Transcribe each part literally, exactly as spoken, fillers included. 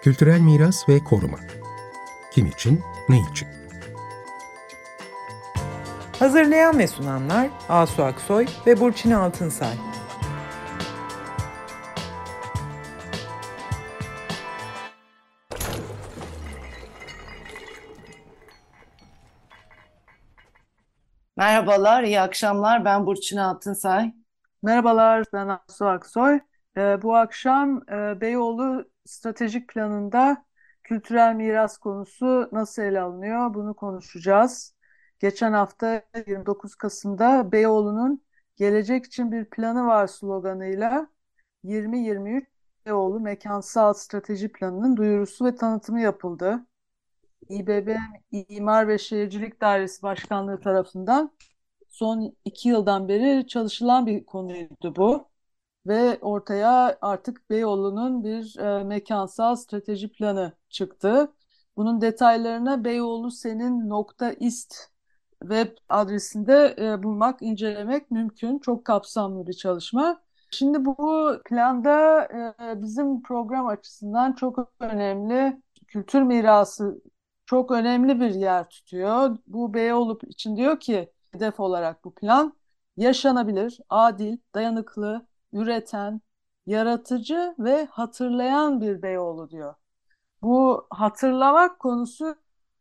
Kültürel miras ve koruma. Kim için, ne için? Hazırlayan ve sunanlar Asu Aksoy ve Burçin Altınsay. Merhabalar, iyi akşamlar. Ben Burçin Altınsay. Merhabalar, ben Asu Aksoy. Ee, bu akşam e, Beyoğlu Stratejik Planı'nda kültürel miras konusu nasıl ele alınıyor, bunu konuşacağız. Geçen hafta yirmi dokuz Kasım'da Beyoğlu'nun Gelecek için bir planı var sloganıyla yirmi yirmi üç Beyoğlu Mekansal Strateji Planı'nın duyurusu ve tanıtımı yapıldı. İBB İmar ve Şehircilik Dairesi Başkanlığı tarafından son iki yıldan beri çalışılan bir konuydu bu ve ortaya artık Beyoğlu'nun bir e, mekansal strateji planı çıktı. Bunun detaylarına Beyoğlu Senin nokta ist web adresinde e, bulmak, incelemek mümkün. Çok kapsamlı bir çalışma. Şimdi bu planda e, bizim program açısından çok önemli kültür mirası çok önemli bir yer tutuyor. Bu Beyoğlu için diyor ki hedef olarak bu plan yaşanabilir, adil, dayanıklı, üreten, yaratıcı ve hatırlayan bir Beyoğlu diyor. Bu hatırlamak konusu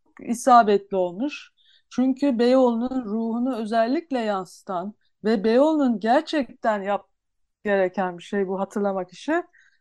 isabetli olmuş. Çünkü Beyoğlu'nun ruhunu özellikle yansıtan ve Beyoğlu'nun gerçekten yap gereken bir şey bu hatırlamak işi.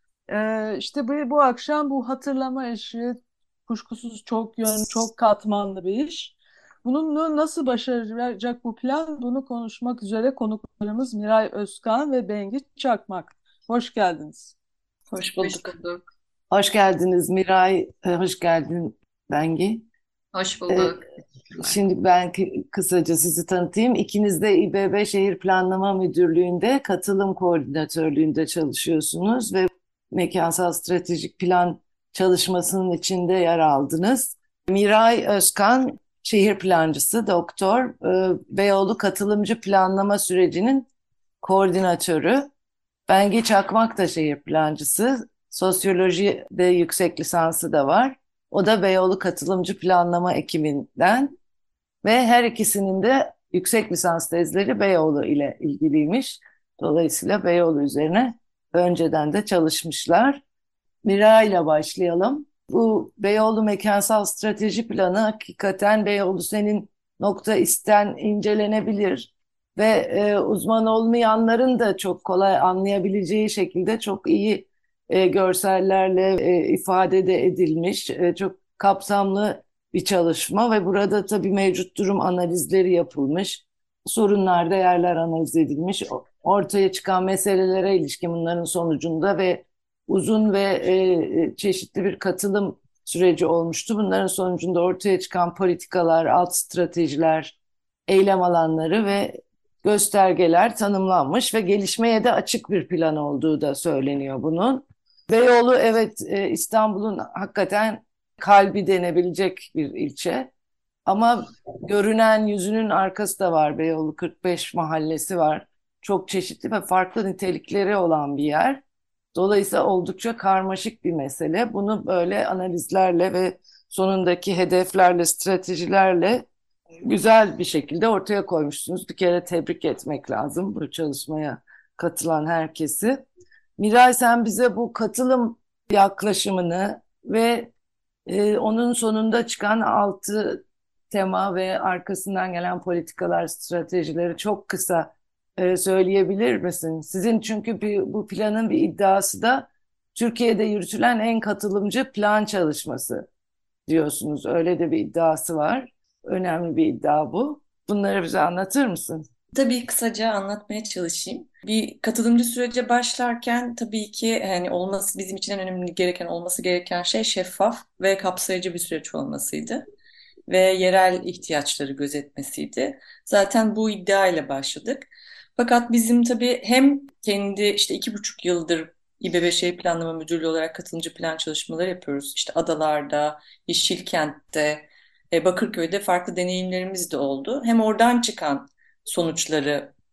Ee, işte bu, bu akşam bu hatırlama işi kuşkusuz çok yönlü, çok katmanlı bir iş. Bunun nasıl başaracak bu plan? Bunu konuşmak üzere konuklarımız Miray Özkan ve Bengi Çakmak. Hoş geldiniz. Hoş Hoş bulduk. bulduk. Hoş geldiniz Miray, e, hoş geldin Bengi. Hoş E, bulduk. Şimdi ben k- kısaca sizi tanıtayım. İkiniz de İBB Şehir Planlama Müdürlüğü'nde katılım koordinatörlüğünde çalışıyorsunuz ve mekansal stratejik plan çalışmasının içinde yer aldınız. Miray Özkan, şehir plancısı, doktor, e, Beyoğlu katılımcı planlama sürecinin koordinatörü. Bengi Çakmak da şehir plancısı. Sosyolojide yüksek lisansı da var. O da Beyoğlu Katılımcı Planlama ekibinden ve her ikisinin de yüksek lisans tezleri Beyoğlu ile ilgiliymiş. Dolayısıyla Beyoğlu üzerine önceden de çalışmışlar. Mira ile başlayalım. Bu Beyoğlu Mekansal Strateji Planı hakikaten Beyoğlu senin nokta isten incelenebilir ve e, uzman olmayanların da çok kolay anlayabileceği şekilde çok iyi e, görsellerle e, ifade de edilmiş, e, çok kapsamlı bir çalışma ve burada tabii mevcut durum analizleri yapılmış, sorunlar, değerler analiz edilmiş, ortaya çıkan meselelere ilişkin bunların sonucunda ve uzun ve e, çeşitli bir katılım süreci olmuştu. Bunların sonucunda ortaya çıkan politikalar, alt stratejiler, eylem alanları ve göstergeler tanımlanmış ve gelişmeye de açık bir plan olduğu da söyleniyor bunun. Beyoğlu evet e, İstanbul'un hakikaten kalbi denebilecek bir ilçe. Ama görünen yüzünün arkası da var. Beyoğlu kırk beş mahallesi var. Çok çeşitli ve farklı nitelikleri olan bir yer. Dolayısıyla oldukça karmaşık bir mesele. Bunu böyle analizlerle ve sonundaki hedeflerle, stratejilerle güzel bir şekilde ortaya koymuşsunuz. Bir kere tebrik etmek lazım bu çalışmaya katılan herkesi. Miray, sen bize bu katılım yaklaşımını ve e, onun sonunda çıkan altı tema ve arkasından gelen politikalar, stratejileri çok kısa e, söyleyebilir misin? Sizin çünkü bir, bu planın bir iddiası da Türkiye'de yürütülen en katılımcı plan çalışması diyorsunuz. Öyle de bir iddiası var. Önemli bir iddia bu. Bunları bize anlatır mısın? Tabii kısaca anlatmaya çalışayım. Bir katılımcı sürece başlarken tabii ki hani olması bizim için en önemli gereken olması gereken şey şeffaf ve kapsayıcı bir süreç olmasıydı ve yerel ihtiyaçları gözetmesiydi. Zaten bu iddia ile başladık. Fakat bizim tabii hem kendi işte iki buçuk yıldır İBB Şehir Planlama Müdürlüğü olarak katılımcı plan çalışmaları yapıyoruz. İşte adalarda, Yeşilkent'te, e, Bakırköy'de farklı deneyimlerimiz de oldu. Hem oradan çıkan sonuçları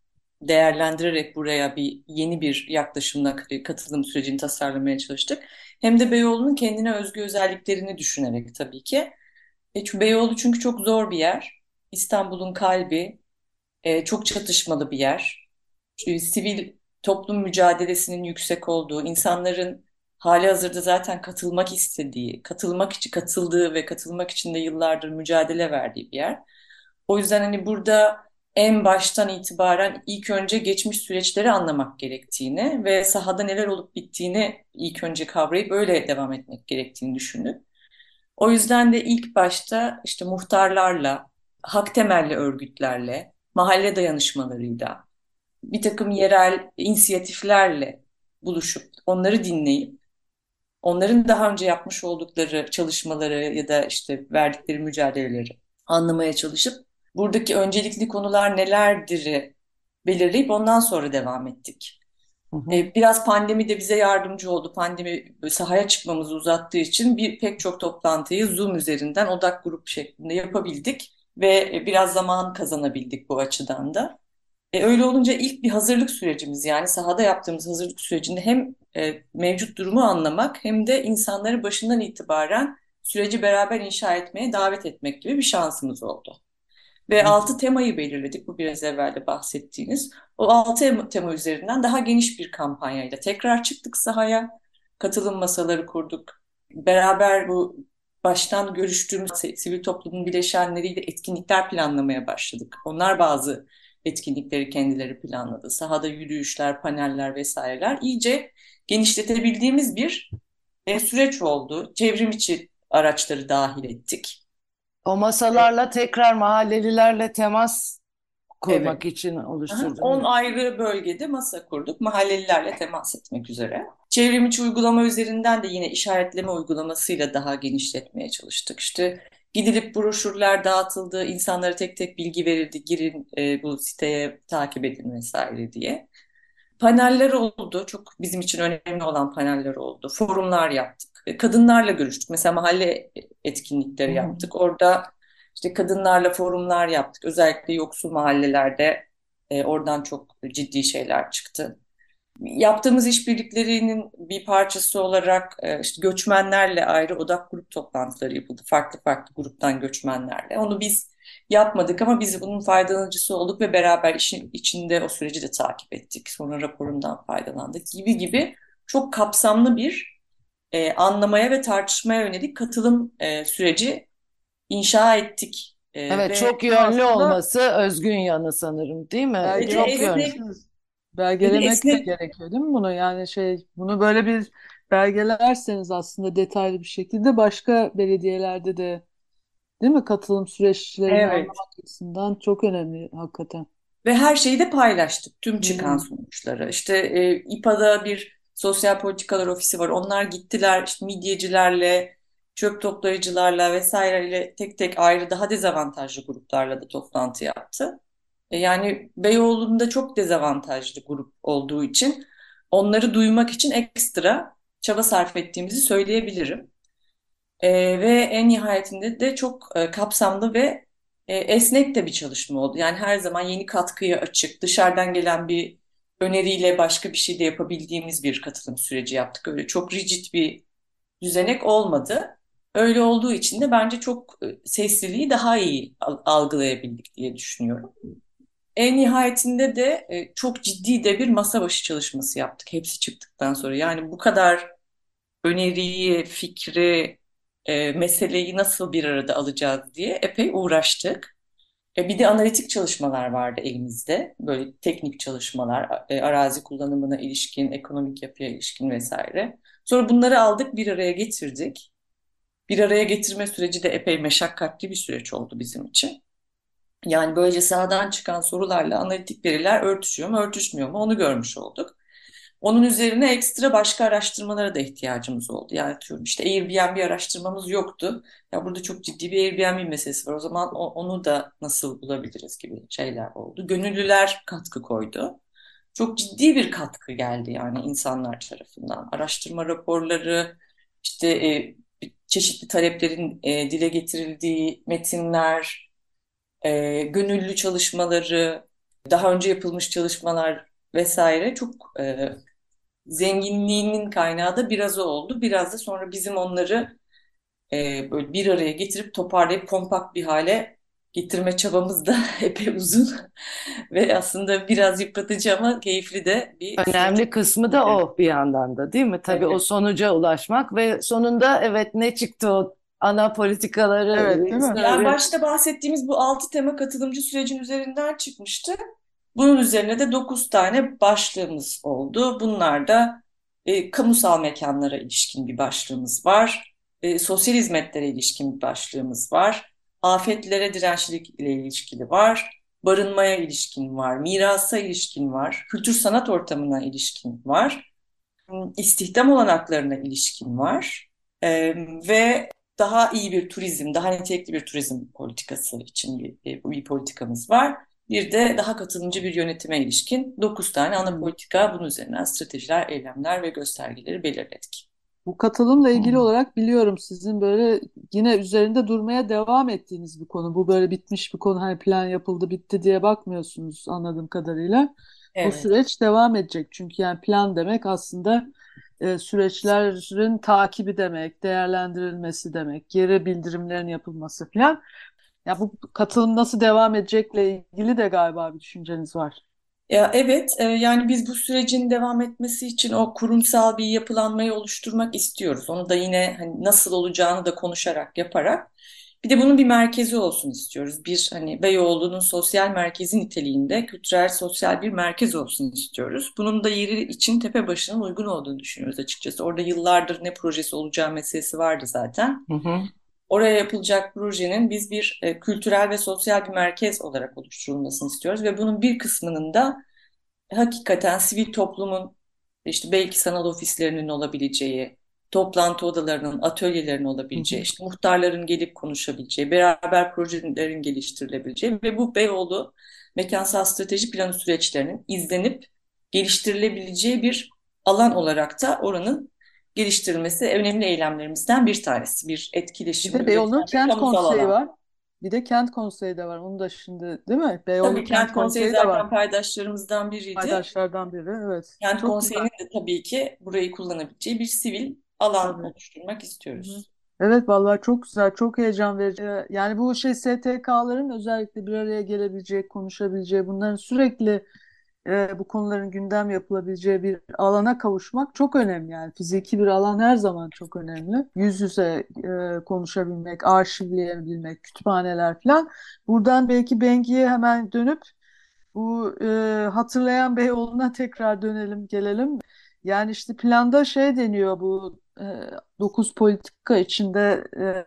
değerlendirerek buraya bir yeni bir yaklaşımla katılım sürecini tasarlamaya çalıştık. Hem de Beyoğlu'nun kendine özgü özelliklerini düşünerek tabii ki. E, çünkü Beyoğlu çünkü çok zor bir yer. İstanbul'un kalbi, e, çok çatışmalı bir yer. Çünkü sivil toplum mücadelesinin yüksek olduğu, insanların hali hazırda zaten katılmak istediği, katılmak için katıldığı ve katılmak için de yıllardır mücadele verdiği bir yer. O yüzden hani burada en baştan itibaren ilk önce geçmiş süreçleri anlamak gerektiğini ve sahada neler olup bittiğini ilk önce kavrayıp öyle devam etmek gerektiğini düşündük. O yüzden de ilk başta işte muhtarlarla, hak temelli örgütlerle, mahalle dayanışmalarıyla, bir takım yerel inisiyatiflerle buluşup onları dinleyip onların daha önce yapmış oldukları çalışmaları ya da işte verdikleri mücadeleleri anlamaya çalışıp buradaki öncelikli konular nelerdir belirleyip ondan sonra devam ettik. Hı hı. E, Biraz pandemi de bize yardımcı oldu. Pandemi sahaya çıkmamızı uzattığı için bir pek çok toplantıyı Zoom üzerinden odak grup şeklinde yapabildik ve e, biraz zaman kazanabildik bu açıdan da. E, öyle olunca ilk bir hazırlık sürecimiz yani sahada yaptığımız hazırlık sürecinde hem e, mevcut durumu anlamak hem de insanları başından itibaren süreci beraber inşa etmeye davet etmek gibi bir şansımız oldu. Ve altı temayı belirledik. Bu biraz evvel de bahsettiğiniz. O altı tem- tema üzerinden daha geniş bir kampanyayla tekrar çıktık sahaya. Katılım masaları kurduk. Beraber bu baştan görüştüğümüz si- sivil toplumun bileşenleriyle etkinlikler planlamaya başladık. Onlar bazı etkinlikleri kendileri planladı. Sahada yürüyüşler, paneller vesaireler iyice genişletebildiğimiz bir e, süreç oldu. Çevrim içi araçları dahil ettik. O masalarla tekrar mahallelilerle temas Evet. kurmak için Aha, oluşturdunuz. on ayrı bölgede masa kurduk mahallelilerle temas etmek üzere. Çevrim içi uygulama üzerinden de yine işaretleme uygulamasıyla daha genişletmeye çalıştık. İşte gidilip broşürler dağıtıldı, insanlara tek tek bilgi verildi, girin e, bu siteye takip edin vesaire diye. Paneller oldu, çok bizim için önemli olan paneller oldu. Forumlar yaptık, E, kadınlarla görüştük. Mesela mahalle Hı etkinlikleri hı. yaptık. Orada işte kadınlarla forumlar yaptık. Özellikle yoksul mahallelerde e, oradan çok ciddi şeyler çıktı. Yaptığımız işbirliklerinin bir parçası olarak e, işte göçmenlerle ayrı odak grup toplantıları yapıldı. Farklı farklı gruptan göçmenlerle. Onu biz yapmadık ama biz bunun faydalanıcısı olduk ve beraber işin içinde o süreci de takip ettik. Sonra raporundan faydalandık gibi gibi çok kapsamlı bir e, anlamaya ve tartışmaya yönelik katılım e, süreci inşa ettik. E, Evet, ve çok Ve yönlü aslında olması özgün yanı sanırım, değil mi? ve de Çok yönlü. esnek belgeleyeceksiniz. ve de Belgelemek de esnek gerekiyor değil mi bunu? Yani şey, bunu böyle bir belgelerseniz aslında detaylı bir şekilde başka belediyelerde de, değil mi, katılım süreçlerini evet. anlamak açısından çok önemli hakikaten. Ve her şeyi de paylaştık. Tüm çıkan Hmm. sonuçları. İşte e, İPA'da bir sosyal politikalar ofisi var. Onlar gittiler işte midyecilerle, çöp toplayıcılarla vesaireyle tek tek ayrı daha dezavantajlı gruplarla da toplantı yaptı. E, yani Beyoğlu'nda çok dezavantajlı grup olduğu için onları duymak için ekstra çaba sarf ettiğimizi söyleyebilirim. Ee, ve en nihayetinde de çok e, kapsamlı ve e, esnek de bir çalışma oldu. Yani her zaman yeni katkıya açık, dışarıdan gelen bir öneriyle başka bir şey de yapabildiğimiz bir katılım süreci yaptık. Öyle çok rigid bir düzenek olmadı. Öyle olduğu için de bence çok e, sesliliği daha iyi al- algılayabildik diye düşünüyorum. En nihayetinde de e, çok ciddi de bir masa başı çalışması yaptık hepsi çıktıktan sonra. Yani bu kadar öneriyi, fikri, e, meseleyi nasıl bir arada alacağız diye epey uğraştık. E, bir de analitik çalışmalar vardı elimizde. Böyle teknik çalışmalar, e, arazi kullanımına ilişkin, ekonomik yapıya ilişkin vesaire. Sonra bunları aldık, bir araya getirdik. Bir araya getirme süreci de epey meşakkatli bir süreç oldu bizim için. Yani böylece sahadan çıkan sorularla analitik veriler örtüşüyor mu, örtüşmüyor mu onu görmüş olduk. Onun üzerine ekstra başka araştırmalara da ihtiyacımız oldu. Yani diyorum işte Airbnb araştırmamız yoktu. Ya burada çok ciddi bir Airbnb meselesi var. O zaman o- onu da nasıl bulabiliriz gibi şeyler oldu. Gönüllüler katkı koydu. Çok ciddi bir katkı geldi yani insanlar tarafından. Araştırma raporları, işte e, çeşitli taleplerin e, dile getirildiği metinler, e, gönüllü çalışmaları. daha önce yapılmış çalışmalar vesaire çok e, zenginliğinin kaynağı da biraz o oldu. Biraz da sonra bizim onları e, böyle bir araya getirip toparlayıp kompakt bir hale getirme çabamız da epey uzun ve aslında biraz yıpratıcı ama keyifli de bir süreç. Önemli kısmı da o bir yandan da, değil mi? Tabii o Evet. sonuca ulaşmak ve sonunda evet, ne çıktı o ana politikaları Evet, değil mi? Yani söyle. başta bahsettiğimiz bu altı tema katılımcı sürecin üzerinden çıkmıştı. Bunun üzerine de dokuz tane başlığımız oldu. Bunlar da e, kamusal mekanlara ilişkin bir başlığımız var. E, sosyal hizmetlere ilişkin bir başlığımız var. Afetlere dirençlilik ile ilişkili var. Barınmaya ilişkin var. Mirasa ilişkin var. Kültür sanat ortamına ilişkin var. İstihdam olanaklarına ilişkin var. E, ve daha iyi bir turizm, daha nitelikli bir turizm politikası için bir, bir, bir politikamız var. Bir de daha katılımcı bir yönetime ilişkin dokuz tane ana Hmm. politika, bunun üzerinden stratejiler, eylemler ve göstergeleri belirledik. Bu katılımla ilgili Hmm. olarak biliyorum sizin böyle yine üzerinde durmaya devam ettiğiniz bir konu. Bu böyle bitmiş bir konu, hani plan yapıldı bitti diye bakmıyorsunuz anladığım kadarıyla. Bu Evet. süreç devam edecek çünkü yani plan demek aslında e, süreçlerin takibi demek, değerlendirilmesi demek, geri bildirimlerin yapılması falan. Ya bu katılım nasıl devam edecekle ilgili de galiba bir düşünceniz var. Ya evet, e, yani biz bu sürecin devam etmesi için o kurumsal bir yapılanmayı oluşturmak istiyoruz. Onu da yine hani nasıl olacağını da konuşarak, yaparak. Bir de bunun bir merkezi olsun istiyoruz. Bir hani Beyoğlu'nun sosyal merkezi niteliğinde kültürel sosyal bir merkez olsun istiyoruz. Bunun da yeri için Tepebaşı'nın uygun olduğunu düşünüyoruz açıkçası. Orada yıllardır ne projesi olacağı meselesi vardı zaten. Hı hı. Oraya yapılacak projenin biz bir e, kültürel ve sosyal bir merkez olarak oluşturulmasını istiyoruz ve bunun bir kısmının da hakikaten sivil toplumun işte belki sanat ofislerinin olabileceği, toplantı odalarının, atölyelerinin Hı olabileceği, hı. işte muhtarların gelip konuşabileceği, beraber projelerin geliştirilebileceği ve bu Beyoğlu mekansal strateji planı süreçlerinin izlenip geliştirilebileceği bir alan olarak da oranın geliştirilmesi önemli eylemlerimizden bir tanesi. Bir Bir etkileşimi de Beyoğlu'nun üreten bir kent kamusal konseyi alan. var. Bir de kent konseyi de var. Onu da şimdi, değil mi? Beyoğlu Tabii kent Kent Konseyi konseyi de var. zaten paydaşlarımızdan biriydi. Paydaşlardan biri. Evet. Kent Çok güzel. Konseyi'nin de tabii ki burayı kullanabileceği bir sivil alan Tabii. oluşturmak Hı hı. istiyoruz. Evet vallahi çok güzel, çok heyecan verici. Ee, Yani bu şey S T K'ların özellikle bir araya gelebileceği, konuşabileceği, bunların sürekli e, bu konuların gündem yapılabileceği bir alana kavuşmak çok önemli yani. Fiziki bir alan her zaman çok önemli. Yüz yüze e, konuşabilmek, arşivleyebilmek, kütüphaneler falan. Buradan belki Bengi'ye hemen dönüp bu e, hatırlayan Beyoğlu'na tekrar dönelim, gelelim. Yani işte planda şey deniyor, bu e, dokuz politika içinde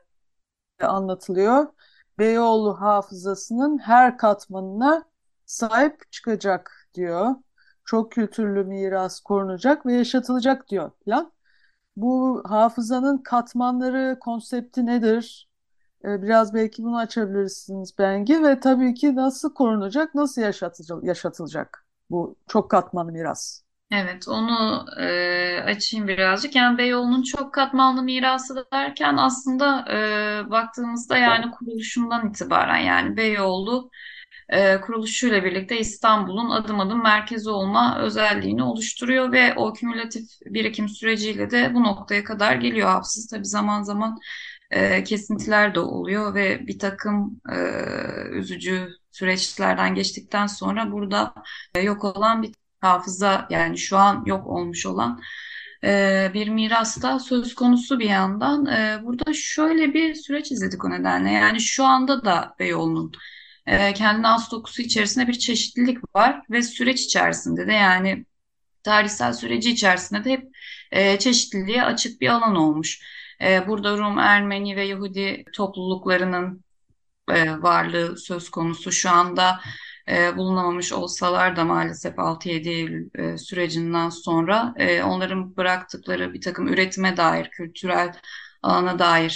e, anlatılıyor. Beyoğlu hafızasının her katmanına sahip çıkacak diyor. Çok kültürlü miras korunacak ve yaşatılacak diyor plan. Bu hafızanın katmanları, konsepti nedir? E, Biraz belki bunu açabilirsiniz Bengi, ve tabii ki nasıl korunacak, nasıl yaşatılacak, yaşatılacak bu çok katmanlı miras. Evet, onu e, açayım birazcık. Yani Beyoğlu'nun çok katmanlı mirası derken aslında e, baktığımızda yani kuruluşundan itibaren yani Beyoğlu e, kuruluşuyla birlikte İstanbul'un adım adım merkezi olma özelliğini oluşturuyor ve o kümülatif birikim süreciyle de bu noktaya kadar geliyor hafızası. Tabii zaman zaman e, kesintiler de oluyor ve bir takım e, üzücü süreçlerden geçtikten sonra burada e, yok olan bir hafıza, yani şu an yok olmuş olan e, bir miras da söz konusu bir yandan. E, burada şöyle bir süreç izledik o nedenle. Yani şu anda da Beyoğlu'nun e, kendine has dokusu içerisinde bir çeşitlilik var ve süreç içerisinde de yani tarihsel süreci içerisinde de hep e, çeşitliliğe açık bir alan olmuş. E, burada Rum, Ermeni ve Yahudi topluluklarının e, varlığı söz konusu. Şu anda e, bulunamamış olsalar da maalesef altı yedi Eylül e, sürecinden sonra e, onların bıraktıkları bir takım üretime dair, kültürel alana dair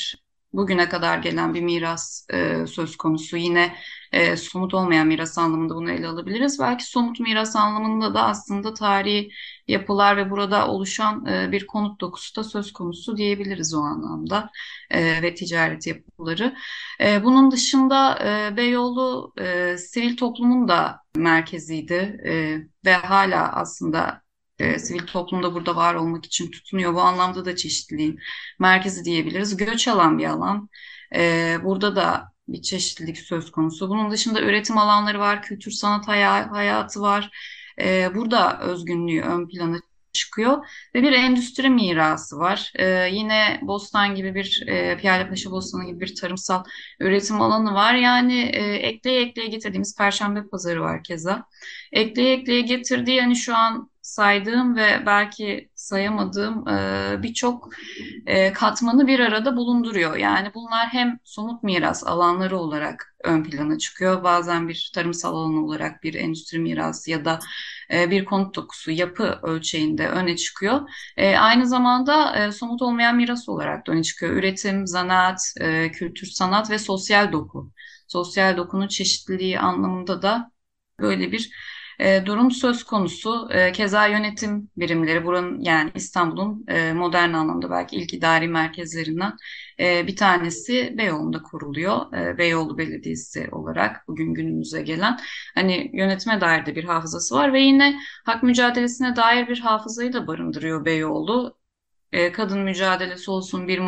bugüne kadar gelen bir miras e, söz konusu. Yine e, somut olmayan miras anlamında bunu ele alabiliriz. Belki somut miras anlamında da aslında tarihi yapılar ve burada oluşan e, bir konut dokusu da söz konusu diyebiliriz o anlamda e, ve ticaret yapıları. E, bunun dışında e, Beyoğlu e, sivil toplumun da merkeziydi e, ve hala aslında e, sivil toplum da burada var olmak için tutunuyor. Bu anlamda da çeşitliliğin merkezi diyebiliriz. Göç alan bir alan. E, burada da bir çeşitlilik söz konusu. Bunun dışında üretim alanları var, kültür sanat haya- hayatı var. E, burada özgünlüğü ön plana çıkıyor ve bir endüstri mirası var. E, yine Bostan gibi bir e, Piyalepaşa Bostanı gibi bir tarımsal üretim alanı var. Yani e, ekleye ekleye getirdiğimiz Perşembe Pazarı var keza. Ekleye ekleye getirdiği hani şu an saydığım ve belki sayamadığım e, birçok e, katmanı bir arada bulunduruyor. Yani bunlar hem somut miras alanları olarak ön plana çıkıyor. Bazen bir tarımsal alan olarak bir endüstri mirası ya da e, bir konut dokusu yapı ölçeğinde öne çıkıyor. E, aynı zamanda e, somut olmayan miras olarak da öne çıkıyor. Üretim, zanaat, e, kültür, sanat ve sosyal doku. Sosyal dokunun çeşitliliği anlamında da böyle bir e, durum söz konusu. E, keza yönetim birimleri buranın yani İstanbul'un e, modern anlamda belki ilk idari merkezlerinden e, bir tanesi Beyoğlu'nda kuruluyor. E, Beyoğlu Belediyesi olarak bugün günümüze gelen hani yönetime dair de bir hafızası var ve yine hak mücadelesine dair bir hafızayı da barındırıyor Beyoğlu. E, kadın mücadelesi olsun, bir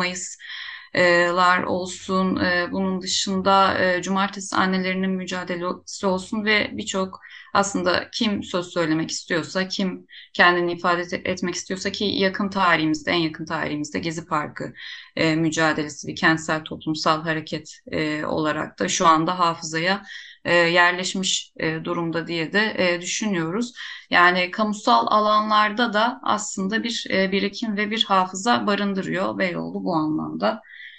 Mayıs'lar olsun, e, bunun dışında e, cumartesi annelerinin mücadelesi olsun ve birçok aslında kim söz söylemek istiyorsa, kim kendini ifade et- etmek istiyorsa ki yakın tarihimizde, en yakın tarihimizde Gezi Parkı e, mücadelesi bir kentsel toplumsal hareket e, olarak da şu anda hafızaya e, yerleşmiş e, durumda diye de e, düşünüyoruz. Yani kamusal alanlarda da aslında bir e, birikim ve bir hafıza barındırıyor Beyoğlu bu anlamda.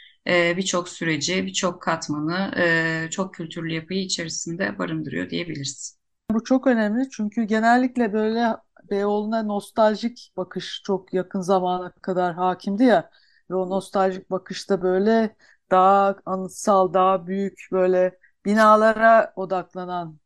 E, birçok süreci, birçok katmanı, e, çok kültürlü yapıyı içerisinde barındırıyor diyebiliriz. Bu çok önemli çünkü genellikle böyle Beyoğlu'na nostaljik bakış çok yakın zamana kadar hakimdi ya. Ve o nostaljik bakışta böyle daha anıtsal, daha büyük böyle binalara odaklanan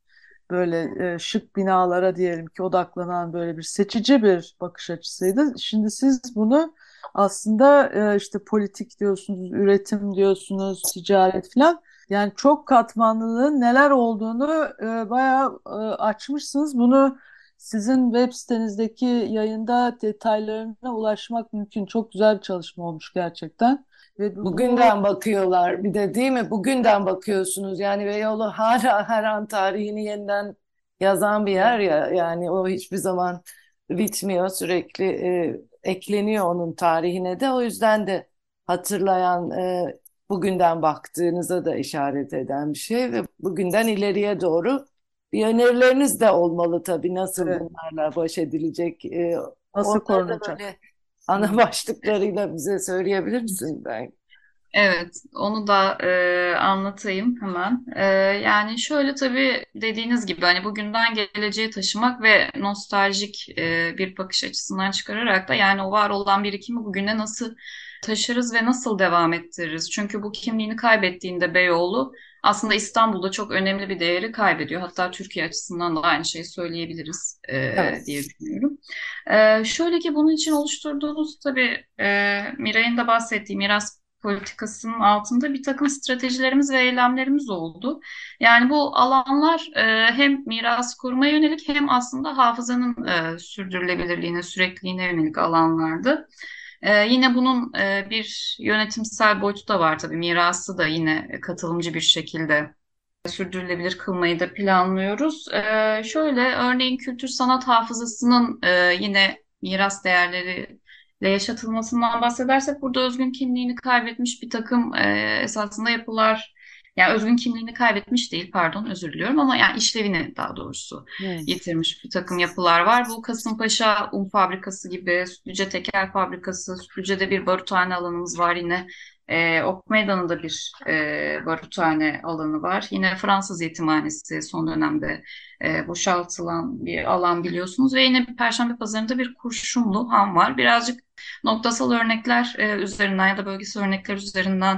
böyle e, şık binalara diyelim ki odaklanan böyle bir seçici bir bakış açısıydı. Şimdi siz bunu aslında e, işte politik diyorsunuz, üretim diyorsunuz, ticaret falan. Yani çok katmanlılığın neler olduğunu e, bayağı e, açmışsınız. Bunu sizin web sitenizdeki yayında detaylarına ulaşmak mümkün. Çok güzel bir çalışma olmuş gerçekten. Ve bu, bu Bugünden bakıyorlar bir de değil mi? Bugünden bakıyorsunuz. Yani Beyoğlu hala her an tarihini yeniden yazan bir yer ya. Yani o hiçbir zaman bitmiyor. Sürekli e, ekleniyor onun tarihine de. O yüzden de hatırlayan, e, bugünden baktığınıza da işaret eden bir şey ve bugünden ileriye doğru bir önerileriniz de olmalı tabii. Nasıl evet, bunlarla baş edilecek? E, nasıl onları da korunacak? böyle ana başlıklarıyla bize söyleyebilir misin? Ben Evet, onu da e, anlatayım hemen. E, yani şöyle tabii dediğiniz gibi hani bugünden geleceğe taşımak ve nostaljik e, bir bakış açısından çıkararak da yani o var olan birikimi bugüne nasıl taşırız ve nasıl devam ettiririz? Çünkü bu kimliğini kaybettiğinde Beyoğlu aslında İstanbul'da çok önemli bir değeri kaybediyor. Hatta Türkiye açısından da aynı şeyi söyleyebiliriz e, diye evet. düşünüyorum. E, şöyle ki bunun için oluşturduğumuz tabii e, Miray'ın da bahsettiği miras politikasının altında bir takım stratejilerimiz ve eylemlerimiz oldu. Yani bu alanlar e, hem miras korumaya yönelik hem aslında hafızanın e, sürdürülebilirliğine, sürekliliğine yönelik alanlardı. E, yine bunun e, bir yönetimsel boyutu da var tabii. Mirası da yine katılımcı bir şekilde sürdürülebilir kılmayı da planlıyoruz. E, şöyle örneğin kültür sanat hafızasının e, yine miras değerleri ile yaşatılmasından bahsedersek burada özgün kimliğini kaybetmiş bir takım e, esasında yapılar yani özgün kimliğini kaybetmiş değil pardon özür diliyorum ama yani işlevini daha doğrusu Hmm. yitirmiş bir takım yapılar var. Bu Kasımpaşa Un Fabrikası gibi, Sütlüce Tekel Fabrikası, Sütlüce'de bir baruthane alanımız var yine. E, Ok Meydanı'nda bir e, baruthane alanı var. Yine Fransız yetimhanesi son dönemde e, boşaltılan bir alan biliyorsunuz ve yine bir Perşembe Pazarı'nda bir kurşunlu ham var. Birazcık noktasal örnekler e, üzerinden ya da bölgesel örnekler üzerinden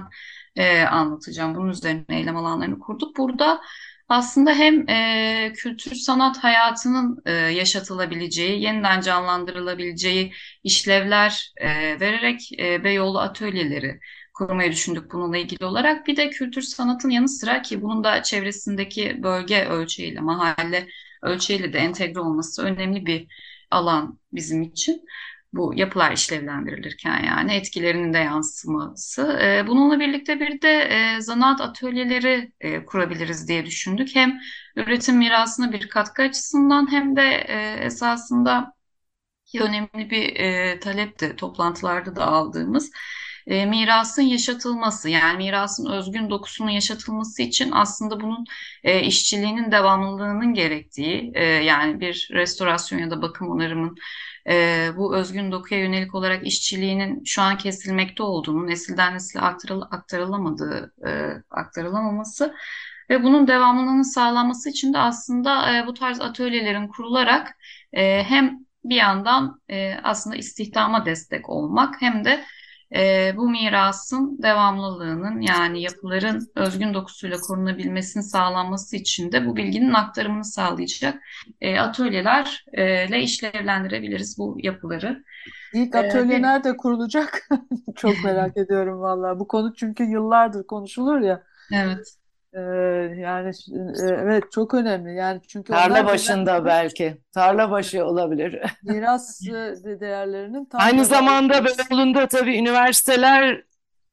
e, anlatacağım. Bunun üzerine eylem alanlarını kurduk. Burada aslında hem e, kültür sanat hayatının e, yaşatılabileceği, yeniden canlandırılabileceği işlevler e, vererek e, Beyoğlu atölyeleri kurmayı düşündük bununla ilgili olarak. Bir de kültür sanatın yanı sıra, ki bunun da çevresindeki bölge ölçeğiyle, mahalle ölçeğiyle de entegre olması önemli bir alan bizim için. Bu yapılar işlevlendirilirken yani etkilerinin de yansıması. E, bununla birlikte bir de e, zanaat atölyeleri e, kurabiliriz diye düşündük. Hem üretim mirasına bir katkı açısından hem de e, esasında ki önemli bir e, talepti toplantılarda da aldığımız e, mirasın yaşatılması, yani mirasın özgün dokusunun yaşatılması için aslında bunun e, işçiliğinin devamlılığının gerektiği, e, yani bir restorasyon ya da bakım onarımın e, bu özgün dokuya yönelik olarak işçiliğinin şu an kesilmekte olduğunu, nesilden nesile aktarıl aktarılamadığı, e, aktarılamaması ve bunun devamlılığının sağlanması için de aslında e, bu tarz atölyelerin kurularak e, hem bir yandan e, aslında istihdama destek olmak hem de e, bu mirasın devamlılığının, yani yapıların özgün dokusuyla korunabilmesinin sağlanması için de bu bilginin aktarımını sağlayacak e, atölyelerle işlevlendirebiliriz bu yapıları. İlk E, atölye nerede kurulacak? Çok merak ediyorum vallahi. Bu konu çünkü yıllardır konuşulur ya. evet. Ee, yani e, evet, çok önemli. Yani çünkü Tarla onlar başında genellikle belki. Tarla başı olabilir. miras e, de- değerlerinin tam Aynı da zamanda varlığı. Beyoğlu'nda tabii üniversiteler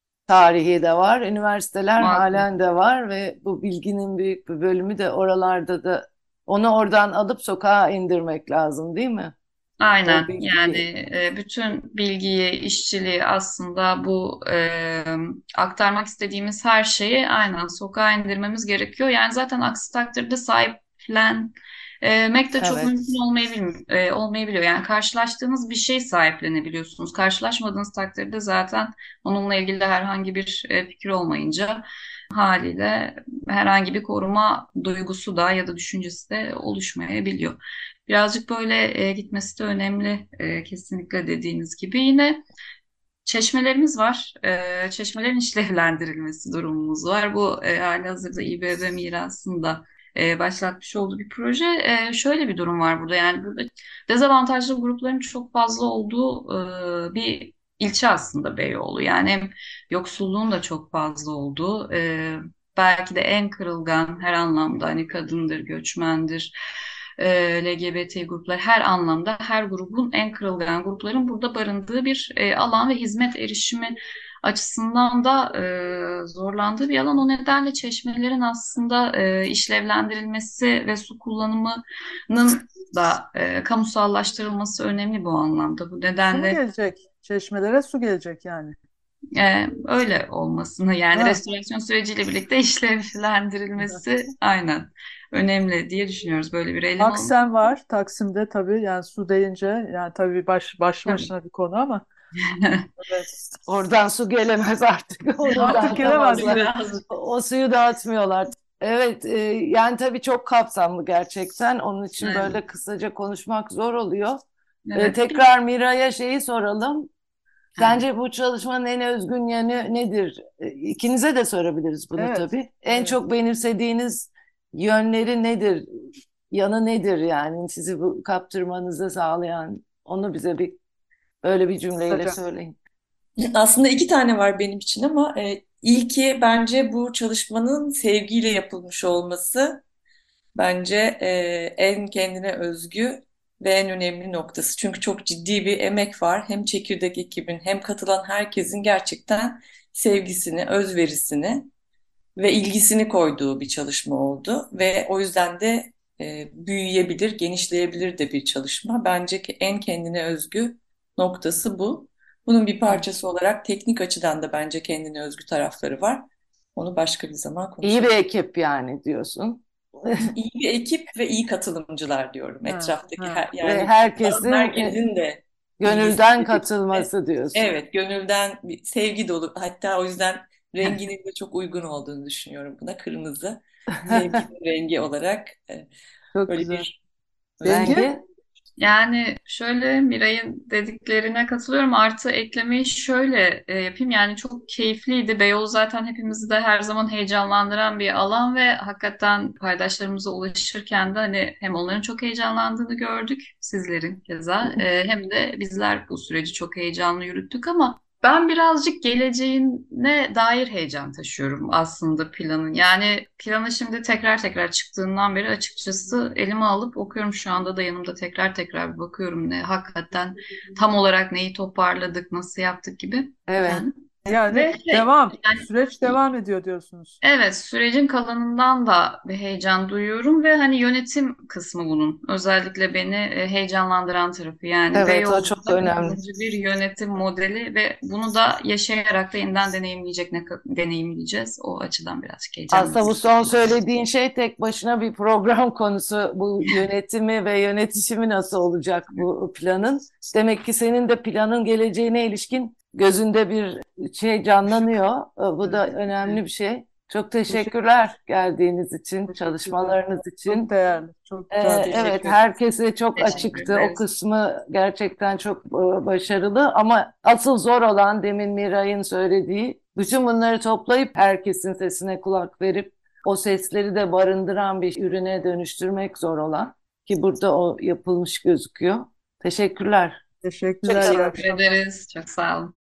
tarihi de var. Üniversiteler Muhakkak. halen de var ve bu bilginin büyük bir bölümü de oralarda da, onu oradan alıp sokağa indirmek lazım, değil mi? O Aynen, yani bilgiyi. e, bütün bilgiyi, işçiliği, aslında bu e, aktarmak istediğimiz her şeyi aynen sokağa indirmemiz gerekiyor. Yani zaten aksi takdirde sahiplenmek de çok Evet. mümkün olmayabilir, e, olmayabiliyor. Yani karşılaştığınız bir şey sahiplenebiliyorsunuz. Karşılaşmadığınız takdirde zaten onunla ilgili de herhangi bir e, fikir olmayınca haliyle herhangi bir koruma duygusu da ya da düşüncesi de oluşmayabiliyor. Birazcık böyle e, gitmesi de önemli, e, kesinlikle dediğiniz gibi. Yine çeşmelerimiz var. E, çeşmelerin işlevlendirilmesi durumumuz var. Bu e, halihazırda İBB mirasında e, başlatmış olduğu bir proje. E, şöyle bir durum var burada. Yani burada dezavantajlı grupların çok fazla olduğu e, bir ilçe aslında Beyoğlu. Yani hem yoksulluğun da çok fazla olduğu, e, belki de en kırılgan her anlamda, hani kadındır, göçmendir, e, L G B T gruplar, her anlamda her grubun, en kırılgan grupların burada barındığı bir e, alan ve hizmet erişimi açısından da e, zorlandığı bir alan. O nedenle çeşmelerin aslında e, işlevlendirilmesi ve su kullanımının da e, kamusallaştırılması önemli bu anlamda. Bu Su mu nedenle gelecek? Çeşmelere su gelecek yani. e, öyle olmasını, yani Ha. restorasyon süreciyle birlikte işlevlendirilmesi aynen önemli diye düşünüyoruz. Böyle bir eylem olması. Aksen var. Taksim'de tabii, yani su deyince yani tabii baş, başlı Tabii. başına bir konu ama evet. Oradan su gelemez artık. Onu Artık gelemez dağıtamazlar. mi? Biraz. O suyu dağıtmıyorlar. Evet, e, yani tabii çok kapsamlı gerçekten. Onun için Aynen. böyle kısaca konuşmak zor oluyor. E, Evet. Bir- tekrar Mira'ya şeyi soralım. Sence bu çalışmanın en özgün yanı nedir? E, İkinize de sorabiliriz bunu Evet. tabii. En Evet. çok benimsediğiniz yönleri nedir? Yanı nedir yani sizi bu kaptırmanızı sağlayan? Onu bize bir öyle bir cümleyle Kısaca. söyleyin. Aslında iki tane var benim için ama e, ilki bence bu çalışmanın sevgiyle yapılmış olması. Bence e, en kendine özgü ve en önemli noktası. Çünkü çok ciddi bir emek var. Hem çekirdek ekibin hem katılan herkesin gerçekten sevgisini, özverisini ve ilgisini koyduğu bir çalışma oldu. Ve o yüzden de e, büyüyebilir, genişleyebilir de bir çalışma. Bence ki en kendine özgü noktası bu. Bunun bir Evet. parçası olarak teknik açıdan da bence kendine özgü tarafları var. Onu başka bir zaman İyi bir konuşalım. ekip yani diyorsun. İyi bir ekip ve iyi katılımcılar diyorum. Ha, Etraftaki ha. her, Ve yani katılan herkesin e, herkesin de gönülden ilgisiyle birlikte. katılması diyorsun. Evet, gönülden bir sevgi dolu. Hatta o yüzden renginin de çok uygun olduğunu düşünüyorum buna. Kırmızı, sevginin rengi olarak e, Çok böyle güzel. bir özellik. Bengi? Rengi? Yani şöyle Miray'ın dediklerine katılıyorum. Artı eklemeyi şöyle e, yapayım. Yani çok keyifliydi. Beyoğlu zaten hepimizi de her zaman heyecanlandıran bir alan ve hakikaten paydaşlarımıza ulaşırken de hani hem onların çok heyecanlandığını gördük, sizlerin keza, e, hem de bizler bu süreci çok heyecanlı yürüttük ama ben birazcık geleceğine dair heyecan taşıyorum aslında planın. Yani planı şimdi tekrar tekrar çıktığından beri açıkçası elime alıp okuyorum. Şu anda da yanımda tekrar tekrar bir bakıyorum ne hakikaten tam olarak neyi toparladık, nasıl yaptık gibi. Evet. Yani Yani ve şey devam, yani süreç devam ediyor diyorsunuz. evet, sürecin kalanından da bir heyecan duyuyorum ve hani yönetim kısmı bunun özellikle beni e, heyecanlandıran tarafı yani Evet, o çok Beyoğlu'nda önemli. kalıcı bir yönetim modeli ve bunu da yaşayarak da yeniden deneyimleyecek ne deneyimleyeceğiz, o açıdan birazcık Aslında heyecanlıyım. bu son söylediğin şey tek başına bir program konusu. Bu yönetimi ve yönetişimi nasıl olacak bu planın? Demek ki senin de planın geleceğine ilişkin gözünde bir şey canlanıyor. Bu da önemli bir şey. Çok Teşekkür, teşekkürler geldiğiniz için, teşekkürler. çalışmalarınız Çok için. değerli, çok Ee, güzel bir evet, Teşekkür ederiz. herkese çok Teşekkür açıktı. O ederiz. kısmı gerçekten çok e, başarılı. Ama asıl zor olan demin Miray'ın söylediği, bütün bunları toplayıp herkesin sesine kulak verip o sesleri de barındıran bir ürüne dönüştürmek zor olan, ki burada o yapılmış gözüküyor. Teşekkürler. Teşekkürler, iyi Hoşçakalın. Teşekkür akşamlar. ederiz. Çok sağ olun.